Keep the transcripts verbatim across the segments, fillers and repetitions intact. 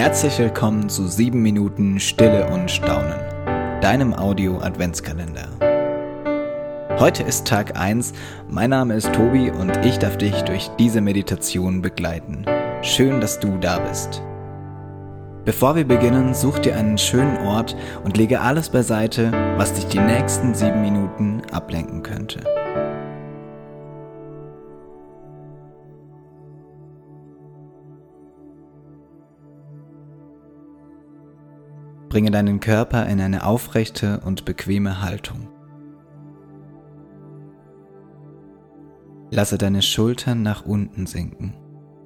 Herzlich willkommen zu sieben Minuten Stille und Staunen, deinem Audio-Adventskalender. Heute ist Tag eins, mein Name ist Tobi und ich darf dich durch diese Meditation begleiten. Schön, dass du da bist. Bevor wir beginnen, such dir einen schönen Ort und lege alles beiseite, was dich die nächsten sieben Minuten ablenken könnte. Bringe deinen Körper in eine aufrechte und bequeme Haltung. Lasse deine Schultern nach unten sinken.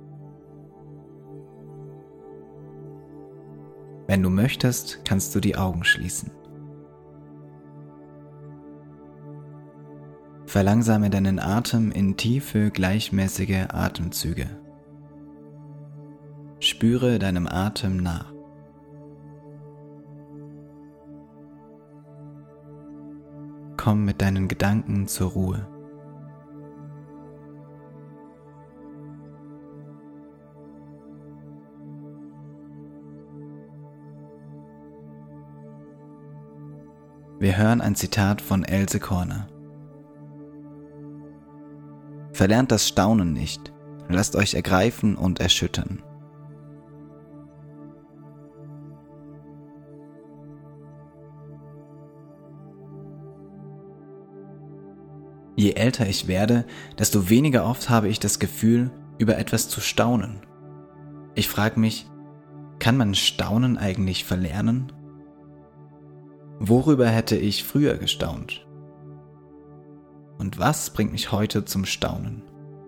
Wenn du möchtest, kannst du die Augen schließen. Verlangsame deinen Atem in tiefe, gleichmäßige Atemzüge. Spüre deinem Atem nach. Komm mit deinen Gedanken zur Ruhe. Wir hören ein Zitat von Else Korner. Verlernt das Staunen nicht, lasst euch ergreifen und erschüttern. Je älter ich werde, desto weniger oft habe ich das Gefühl, über etwas zu staunen. Ich frage mich, kann man Staunen eigentlich verlernen? Worüber hätte ich früher gestaunt? Und was bringt mich heute zum Staunen?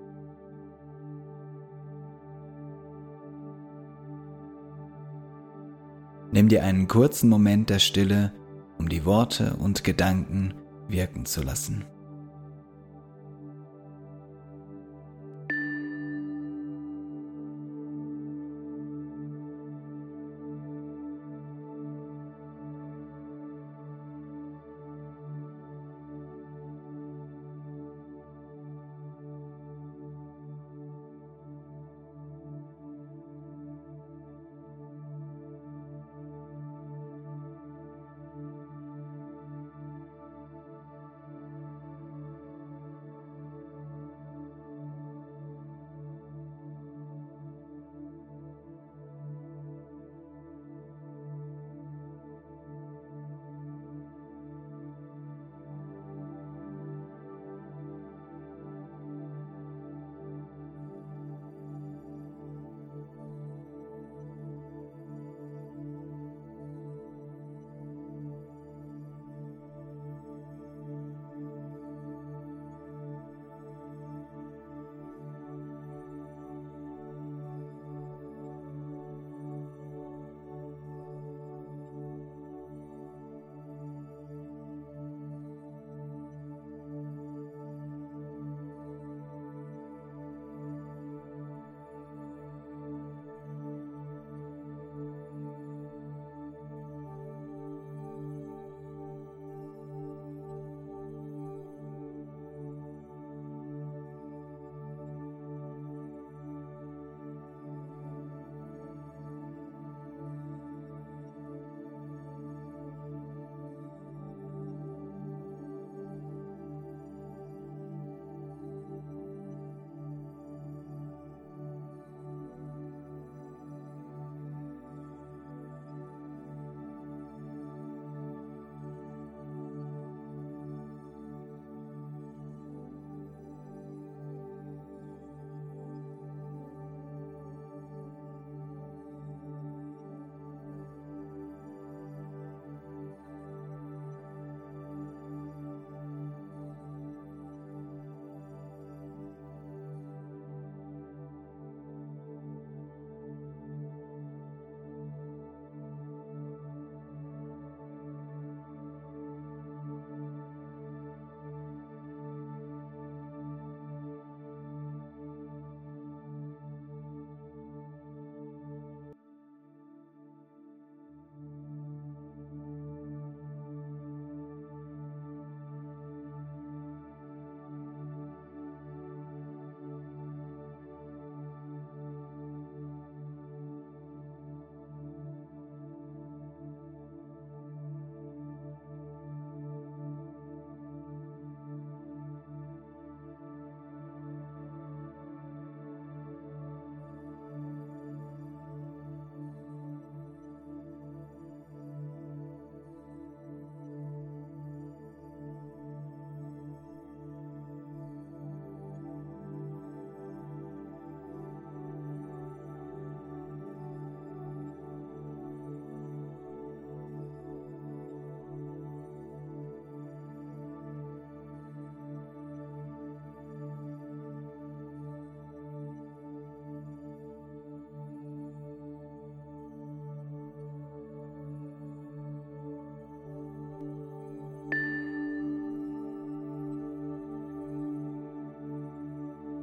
Nimm dir einen kurzen Moment der Stille, um die Worte und Gedanken wirken zu lassen.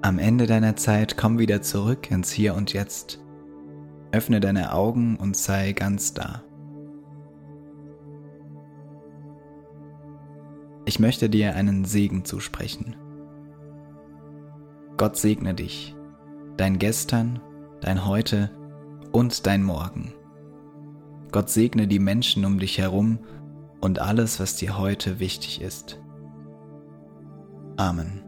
Am Ende deiner Zeit komm wieder zurück ins Hier und Jetzt. Öffne deine Augen und sei ganz da. Ich möchte dir einen Segen zusprechen. Gott segne dich, dein Gestern, dein Heute und dein Morgen. Gott segne die Menschen um dich herum und alles, was dir heute wichtig ist. Amen.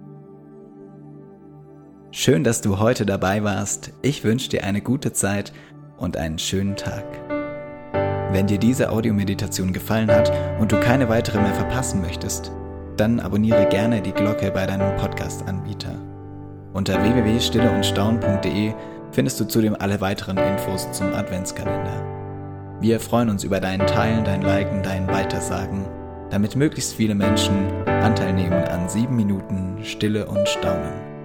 Schön, dass du heute dabei warst. Ich wünsche dir eine gute Zeit und einen schönen Tag. Wenn dir diese Audiomeditation gefallen hat und du keine weitere mehr verpassen möchtest, dann abonniere gerne die Glocke bei deinem Podcast-Anbieter. Unter w w w punkt stille und staunen punkt d e findest du zudem alle weiteren Infos zum Adventskalender. Wir freuen uns über dein Teilen, dein Liken, dein Weitersagen, damit möglichst viele Menschen Anteil nehmen an sieben Minuten Stille und Staunen.